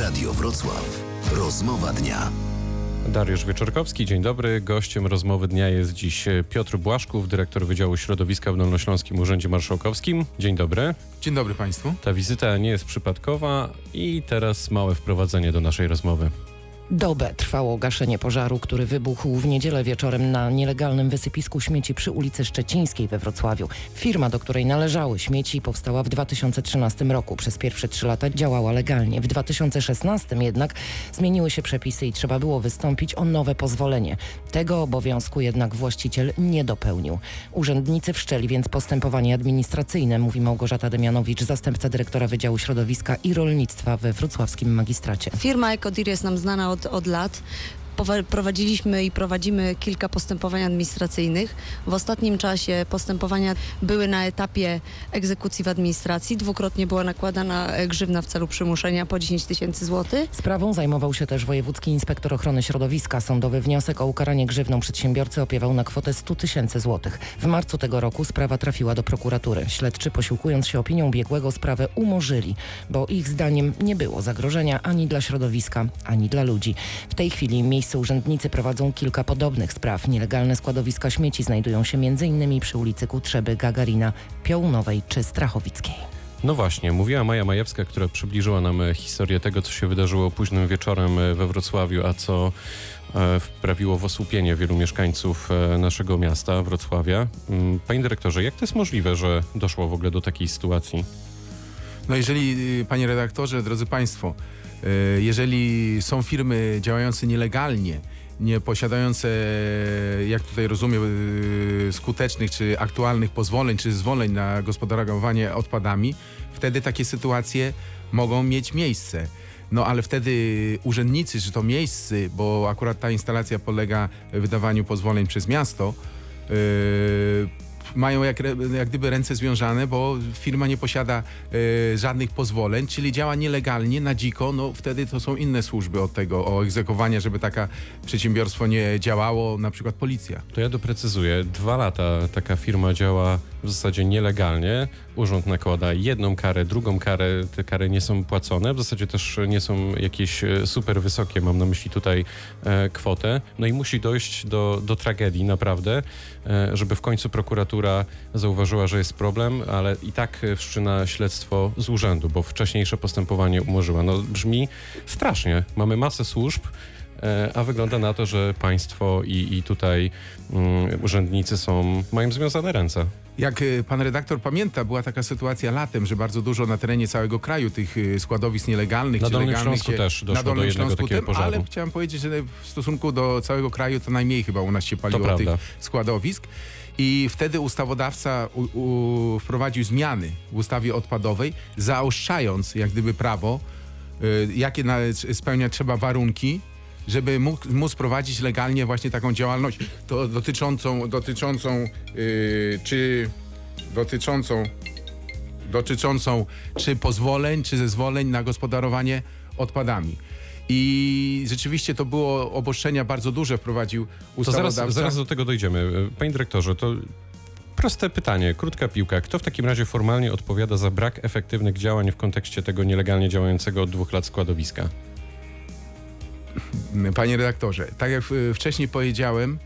Radio Wrocław. Rozmowa dnia. Dariusz Wieczorkowski, dzień dobry. Gościem rozmowy dnia jest dziś Piotr Błaszków, dyrektor Wydziału Środowiska w Dolnośląskim Urzędzie Marszałkowskim. Dzień dobry. Dzień dobry Państwu. Ta wizyta nie jest przypadkowa i teraz małe wprowadzenie do naszej rozmowy. Dobę trwało gaszenie pożaru, który wybuchł w niedzielę wieczorem na nielegalnym wysypisku śmieci przy ulicy Szczecińskiej we Wrocławiu. Firma, do której należały śmieci, powstała w 2013 roku. Przez pierwsze 3 lata działała legalnie. W 2016 jednak zmieniły się przepisy i trzeba było wystąpić o nowe pozwolenie. Tego obowiązku jednak właściciel nie dopełnił. Urzędnicy wszczęli więc postępowanie administracyjne, mówi Małgorzata Demianowicz, zastępca dyrektora Wydziału Środowiska i Rolnictwa we wrocławskim magistracie. Firma Ekodir jest nam znana od lat. Prowadziliśmy i prowadzimy kilka postępowań administracyjnych. W ostatnim czasie postępowania były na etapie egzekucji w administracji. Dwukrotnie była nakładana grzywna w celu przymuszenia po 10 000 złotych. Sprawą zajmował się też wojewódzki inspektor ochrony środowiska. Sądowy wniosek o ukaranie grzywną przedsiębiorcy opiewał na kwotę 100 000 złotych. W marcu tego roku sprawa trafiła do prokuratury. Śledczy, posiłkując się opinią biegłego, sprawę umorzyli, bo ich zdaniem nie było zagrożenia ani dla środowiska, ani dla ludzi. W tej chwili urzędnicy prowadzą kilka podobnych spraw. Nielegalne składowiska śmieci znajdują się m.in. przy ulicy Kutrzeby, Gagarina, Piołunowej czy Strachowickiej. No właśnie, mówiła Maja Majewska, która przybliżyła nam historię tego, co się wydarzyło późnym wieczorem we Wrocławiu, a co wprawiło w osłupienie wielu mieszkańców naszego miasta, Wrocławia. Panie dyrektorze, jak to jest możliwe, że doszło w ogóle do takiej sytuacji? No jeżeli, panie redaktorze, drodzy Państwo, jeżeli są firmy działające nielegalnie, nie posiadające, jak tutaj rozumiem, skutecznych czy aktualnych pozwoleń czy zezwoleń na gospodarowanie odpadami, wtedy takie sytuacje mogą mieć miejsce. No ale wtedy urzędnicy, czy to miejscy, bo akurat ta instalacja podlega wydawaniu pozwoleń przez miasto, mają jak gdyby ręce związane, bo firma nie posiada żadnych pozwoleń, czyli działa nielegalnie, na dziko, no wtedy to są inne służby od tego, o egzekwowanie, żeby takie przedsiębiorstwo nie działało, na przykład policja. To ja doprecyzuję. 2 lata taka firma działa w zasadzie nielegalnie. Urząd nakłada jedną karę, drugą karę. Te kary nie są płacone. W zasadzie też nie są jakieś super wysokie, mam na myśli tutaj kwotę. No i musi dojść do tragedii naprawdę, żeby w końcu prokuratura zauważyła, że jest problem, ale i tak wszczyna śledztwo z urzędu, bo wcześniejsze postępowanie umorzyła. No brzmi strasznie. Mamy masę służb, a wygląda na to, że państwo i tutaj urzędnicy mają związane ręce. Jak pan redaktor pamięta, była taka sytuacja latem, że bardzo dużo na terenie całego kraju tych składowisk nielegalnych na czy Dolnym legalnych Śląsku też doszło do jednego takiego pożaru. Ale chciałem powiedzieć, że w stosunku do całego kraju to najmniej chyba u nas się paliło tych składowisk. I wtedy ustawodawca wprowadził zmiany w ustawie odpadowej, zaostrzając jak gdyby prawo, jakie spełniać trzeba warunki, żeby móc prowadzić legalnie właśnie taką działalność to dotyczącą czy pozwoleń, czy zezwoleń na gospodarowanie odpadami. I rzeczywiście to było obostrzenia bardzo duże wprowadził ustawodawca. To zaraz do tego dojdziemy. Panie dyrektorze, to proste pytanie, krótka piłka. Kto w takim razie formalnie odpowiada za brak efektywnych działań w kontekście tego nielegalnie działającego od 2 lat składowiska? Panie redaktorze, tak jak wcześniej powiedziałem,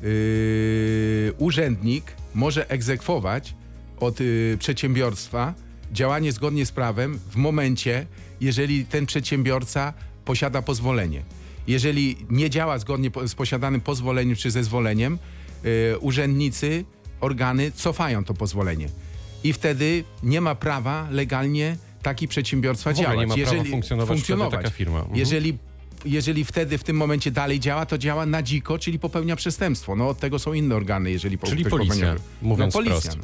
urzędnik może egzekwować od przedsiębiorstwa działanie zgodnie z prawem w momencie, jeżeli ten przedsiębiorca posiada pozwolenie. Jeżeli nie działa zgodnie z posiadanym pozwoleniem czy zezwoleniem, urzędnicy, organy cofają to pozwolenie. I wtedy nie ma prawa legalnie taki przedsiębiorstwa działać. Nie ma prawa funkcjonować taka firma. Jeżeli wtedy w tym momencie dalej działa, to działa na dziko, czyli popełnia przestępstwo. No od tego są inne organy, jeżeli czyli policja, mówiąc wprost.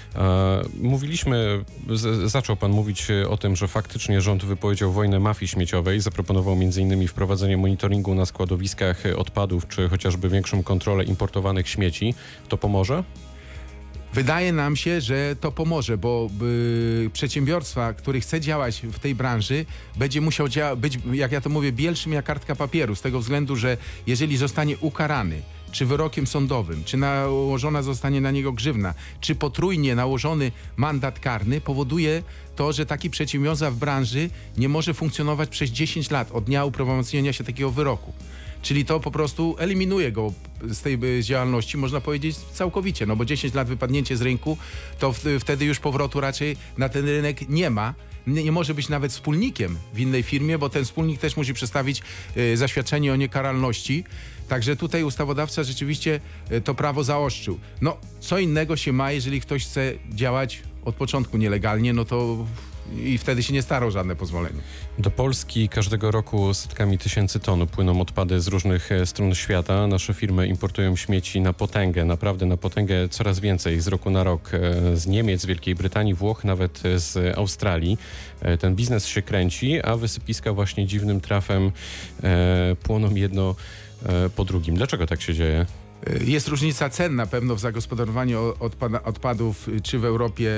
Zaczął pan mówić o tym, że faktycznie rząd wypowiedział wojnę mafii śmieciowej, zaproponował m.in. wprowadzenie monitoringu na składowiskach odpadów, czy chociażby większą kontrolę importowanych śmieci. To pomoże? Wydaje nam się, że to pomoże, bo przedsiębiorstwa, który chce działać w tej branży, będzie musiał być, jak ja to mówię, bielszym jak kartka papieru, z tego względu, że jeżeli zostanie ukarany czy wyrokiem sądowym, czy nałożona zostanie na niego grzywna, czy potrójnie nałożony mandat karny, powoduje to, że taki przedsiębiorca w branży nie może funkcjonować przez 10 lat od dnia uprawomocnienia się takiego wyroku. Czyli to po prostu eliminuje go z tej działalności, można powiedzieć całkowicie, no bo 10 lat wypadnięcie z rynku, to wtedy już powrotu raczej na ten rynek nie ma. Nie może być nawet wspólnikiem w innej firmie, bo ten wspólnik też musi przedstawić zaświadczenie o niekaralności. Także tutaj ustawodawca rzeczywiście to prawo zaostrzył. No, co innego się ma, jeżeli ktoś chce działać od początku nielegalnie, no to i wtedy się nie stara o żadne pozwolenie. Do Polski każdego roku setkami tysięcy ton płyną odpady z różnych stron świata. Nasze firmy importują śmieci na potęgę, naprawdę na potęgę, coraz więcej z roku na rok. Z Niemiec, z Wielkiej Brytanii, Włoch, nawet z Australii. Ten biznes się kręci, a wysypiska właśnie dziwnym trafem płoną jedno po drugim. Dlaczego tak się dzieje? Jest różnica cen na pewno w zagospodarowaniu odpadów, czy w Europie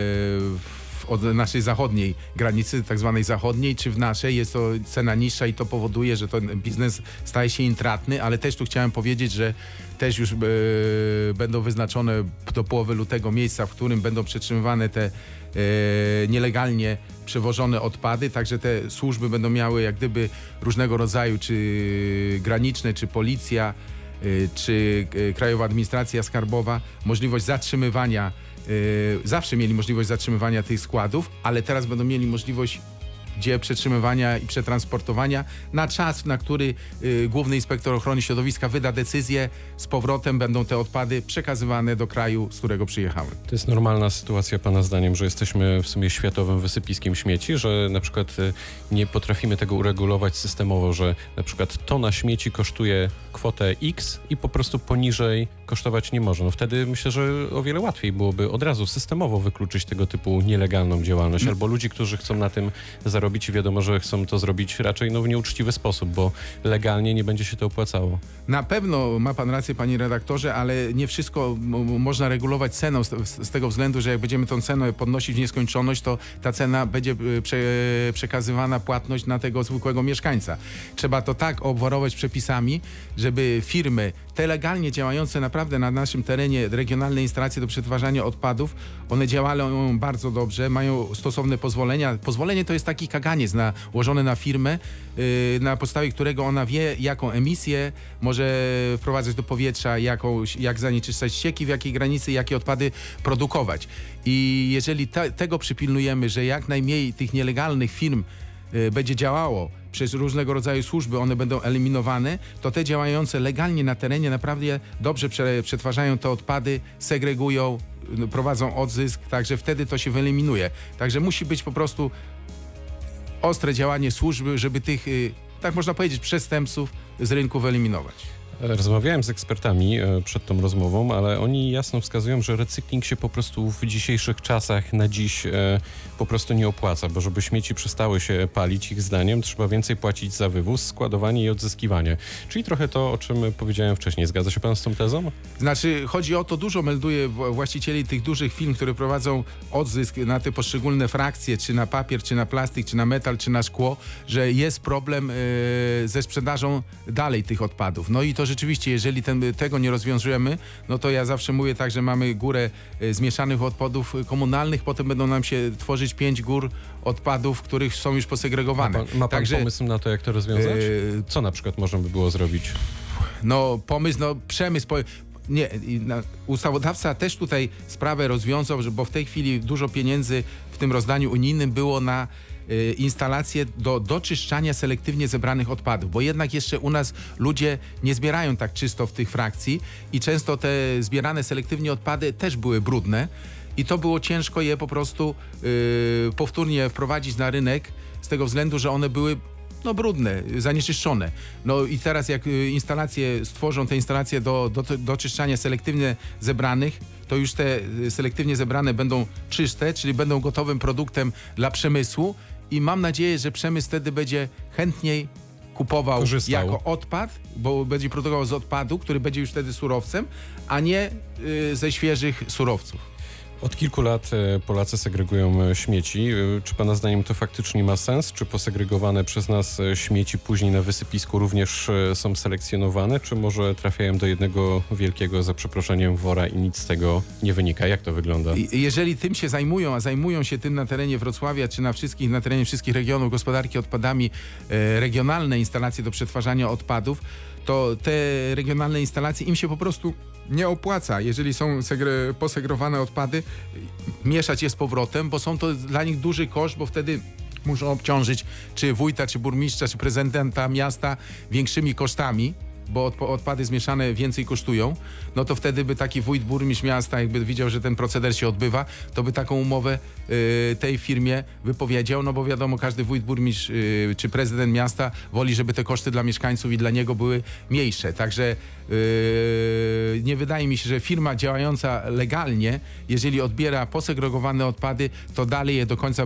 od naszej zachodniej granicy, tak zwanej zachodniej, czy w naszej. Jest to cena niższa i to powoduje, że ten biznes staje się intratny, ale też tu chciałem powiedzieć, że też już będą wyznaczone do połowy lutego miejsca, w którym będą przetrzymywane te nielegalnie przewożone odpady, także te służby będą miały jak gdyby różnego rodzaju, czy graniczne, czy policja, czy Krajowa Administracja Skarbowa, możliwość zatrzymywania, zawsze mieli możliwość zatrzymywania tych składów, ale teraz będą mieli możliwość przetrzymywania i przetransportowania na czas, na który Główny Inspektor Ochrony Środowiska wyda decyzję, z powrotem będą te odpady przekazywane do kraju, z którego przyjechały. To jest normalna sytuacja pana zdaniem, że jesteśmy w sumie światowym wysypiskiem śmieci, że na przykład nie potrafimy tego uregulować systemowo, że na przykład tona śmieci kosztuje kwotę X i po prostu poniżej kosztować nie może. No wtedy myślę, że o wiele łatwiej byłoby od razu systemowo wykluczyć tego typu nielegalną działalność albo ludzi, którzy chcą na tym zarobić i wiadomo, że chcą to zrobić raczej w nieuczciwy sposób, bo legalnie nie będzie się to opłacało. Na pewno ma pan rację, panie redaktorze, ale nie wszystko można regulować ceną z tego względu, że jak będziemy tą cenę podnosić w nieskończoność, to ta cena będzie przekazywana płatność na tego zwykłego mieszkańca. Trzeba to tak obwarować przepisami, żeby firmy te legalnie działające naprawdę na naszym terenie, regionalne instalacje do przetwarzania odpadów, one działają bardzo dobrze, mają stosowne pozwolenia. Pozwolenie to jest taki kaganiec ułożony na firmę, na podstawie którego ona wie, jaką emisję może wprowadzać do powietrza, jak zanieczyszczać ścieki, w jakiej granicy, jakie odpady produkować. I jeżeli tego przypilnujemy, że jak najmniej tych nielegalnych firm będzie działało przez różnego rodzaju służby, one będą eliminowane, to te działające legalnie na terenie naprawdę dobrze przetwarzają te odpady, segregują, prowadzą odzysk, także wtedy to się wyeliminuje. Także musi być po prostu ostre działanie służby, żeby tych, tak można powiedzieć, przestępców z rynku wyeliminować. Rozmawiałem z ekspertami przed tą rozmową, ale oni jasno wskazują, że recykling się po prostu w dzisiejszych czasach na dziś po prostu nie opłaca, bo żeby śmieci przestały się palić, ich zdaniem trzeba więcej płacić za wywóz, składowanie i odzyskiwanie. Czyli trochę to, o czym powiedziałem wcześniej. Zgadza się pan z tą tezą? Znaczy, chodzi o to, dużo melduje właścicieli tych dużych firm, które prowadzą odzysk na te poszczególne frakcje, czy na papier, czy na plastik, czy na metal, czy na szkło, że jest problem ze sprzedażą dalej tych odpadów. No i to rzeczywiście, jeżeli tego nie rozwiążemy, no to ja zawsze mówię tak, że mamy górę zmieszanych odpadów komunalnych, potem będą nam się tworzyć 5 gór odpadów, których są już posegregowane. Ma pan pomysł na to, jak to rozwiązać? Co na przykład można by było zrobić? No pomysł, przemysł. Nie, ustawodawca też tutaj sprawę rozwiązał, bo w tej chwili dużo pieniędzy w tym rozdaniu unijnym było na instalacje do doczyszczania selektywnie zebranych odpadów, bo jednak jeszcze u nas ludzie nie zbierają tak czysto w tych frakcji i często te zbierane selektywnie odpady też były brudne i to było ciężko je po prostu powtórnie wprowadzić na rynek z tego względu, że one były brudne, zanieczyszczone. No i teraz jak stworzą te instalacje do doczyszczania selektywnie zebranych, to już te selektywnie zebrane będą czyste, czyli będą gotowym produktem dla przemysłu i mam nadzieję, że przemysł wtedy będzie chętniej kupował jako odpad, bo będzie produkował z odpadu, który będzie już wtedy surowcem, a nie ze świeżych surowców. Od kilku lat Polacy segregują śmieci. Czy pana zdaniem to faktycznie ma sens? Czy posegregowane przez nas śmieci później na wysypisku również są selekcjonowane? Czy może trafiają do jednego wielkiego, za przeproszeniem, wora i nic z tego nie wynika? Jak to wygląda? Jeżeli tym się zajmują, a zajmują się tym na terenie Wrocławia, czy na terenie wszystkich regionów gospodarki odpadami, regionalne instalacje do przetwarzania odpadów, to te regionalne instalacje im się po prostu nie opłaca, jeżeli są posegrowane odpady, mieszać je z powrotem, bo są to dla nich duży koszt, bo wtedy muszą obciążyć czy wójta, czy burmistrza, czy prezydenta miasta większymi kosztami, bo odpady zmieszane więcej kosztują, no to wtedy by taki wójt, burmistrz miasta, jakby widział, że ten proceder się odbywa, to by taką umowę tej firmie wypowiedział, no bo wiadomo, każdy wójt, burmistrz czy prezydent miasta woli, żeby te koszty dla mieszkańców i dla niego były mniejsze. Także nie wydaje mi się, że firma działająca legalnie, jeżeli odbiera posegregowane odpady, to dalej je do końca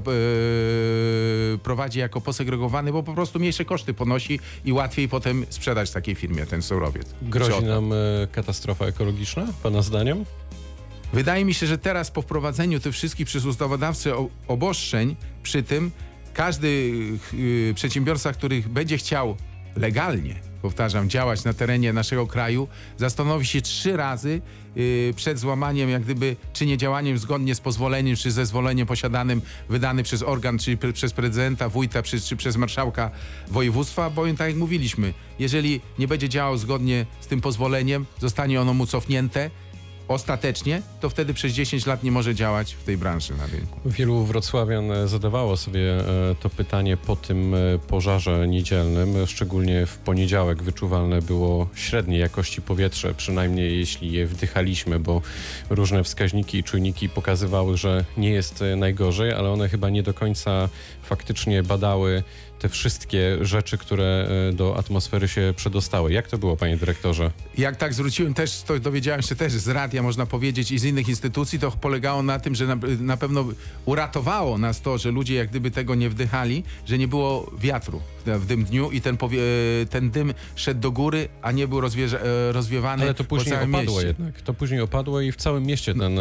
prowadzi jako posegregowane, bo po prostu mniejsze koszty ponosi i łatwiej potem sprzedać takiej firmie ten surowiec. Grozi nam katastrofa ekologiczna, pana zdaniem? Wydaje mi się, że teraz po wprowadzeniu tych wszystkich przez ustawodawcę obostrzeń, przy tym każdy przedsiębiorca, który będzie chciał legalnie, powtarzam, działać na terenie naszego kraju, zastanowi się 3 razy przed złamaniem, jak gdyby, czy nie działaniem zgodnie z pozwoleniem, czy zezwoleniem posiadanym, wydany przez organ, czy przez prezydenta, wójta, czy przez marszałka województwa, bowiem tak jak mówiliśmy, jeżeli nie będzie działał zgodnie z tym pozwoleniem, zostanie ono mu cofnięte ostatecznie, to wtedy przez 10 lat nie może działać w tej branży na rynku. Wielu wrocławian zadawało sobie to pytanie po tym pożarze niedzielnym. Szczególnie w poniedziałek wyczuwalne było średniej jakości powietrze, przynajmniej jeśli je wdychaliśmy, bo różne wskaźniki i czujniki pokazywały, że nie jest najgorzej, ale one chyba nie do końca faktycznie badały te wszystkie rzeczy, które do atmosfery się przedostały. Jak to było, panie dyrektorze? Jak tak zwróciłem też, to dowiedziałem się też z radia, można powiedzieć, i z innych instytucji, to polegało na tym, że na pewno uratowało nas to, że ludzie jak gdyby tego nie wdychali, że nie było wiatru w tym dniu i ten dym szedł do góry, a nie był rozwiewany. Ale to później po całym opadło mieście. jednak. To później opadło i w całym mieście ten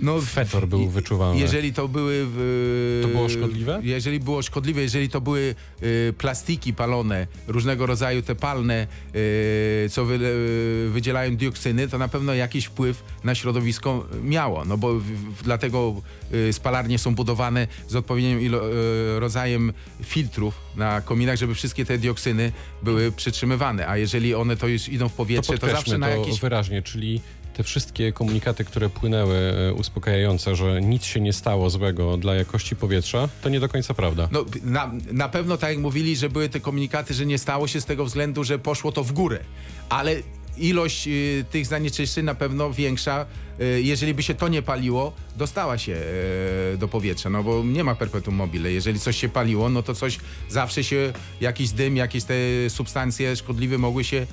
fetor był wyczuwalny. Jeżeli to były... To było szkodliwe? Jeżeli było szkodliwe, jeżeli to były plastiki palone, różnego rodzaju te palne, co wydzielają dioksyny, to na pewno jakiś wpływ na środowisko miało. No bo dlatego spalarnie są budowane z odpowiednim rodzajem filtrów na kominach, żeby wszystkie te dioksyny były przytrzymywane. A jeżeli one to już idą w powietrze, to zawsze na jakieś... wyraźnie, czyli te wszystkie komunikaty, które płynęły uspokajające, że nic się nie stało złego dla jakości powietrza, to nie do końca prawda. No, na pewno tak jak mówili, że były te komunikaty, że nie stało się z tego względu, że poszło to w górę. Ale ilość tych zanieczyszczeń na pewno większa, jeżeli by się to nie paliło, dostała się do powietrza, no bo nie ma perpetuum mobile. Jeżeli coś się paliło, no to coś zawsze się, jakiś dym, jakieś te substancje szkodliwe mogły się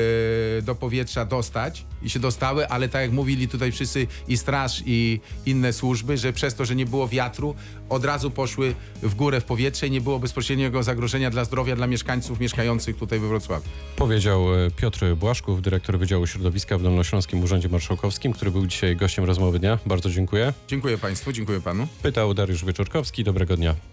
do powietrza dostać i się dostały, ale tak jak mówili tutaj wszyscy i straż i inne służby, że przez to, że nie było wiatru, od razu poszły w górę w powietrze i nie było bezpośredniego zagrożenia dla zdrowia, dla mieszkańców mieszkających tutaj we Wrocławiu. Powiedział Piotr Błaszków, dyrektor Wydziału Środowiska w Dolnośląskim Urzędzie Marszałkowskim, który był dzisiaj gościem rozmowy dnia. Bardzo dziękuję. Dziękuję państwu, dziękuję panu. Pytał Dariusz Wieczorkowski. Dobrego dnia.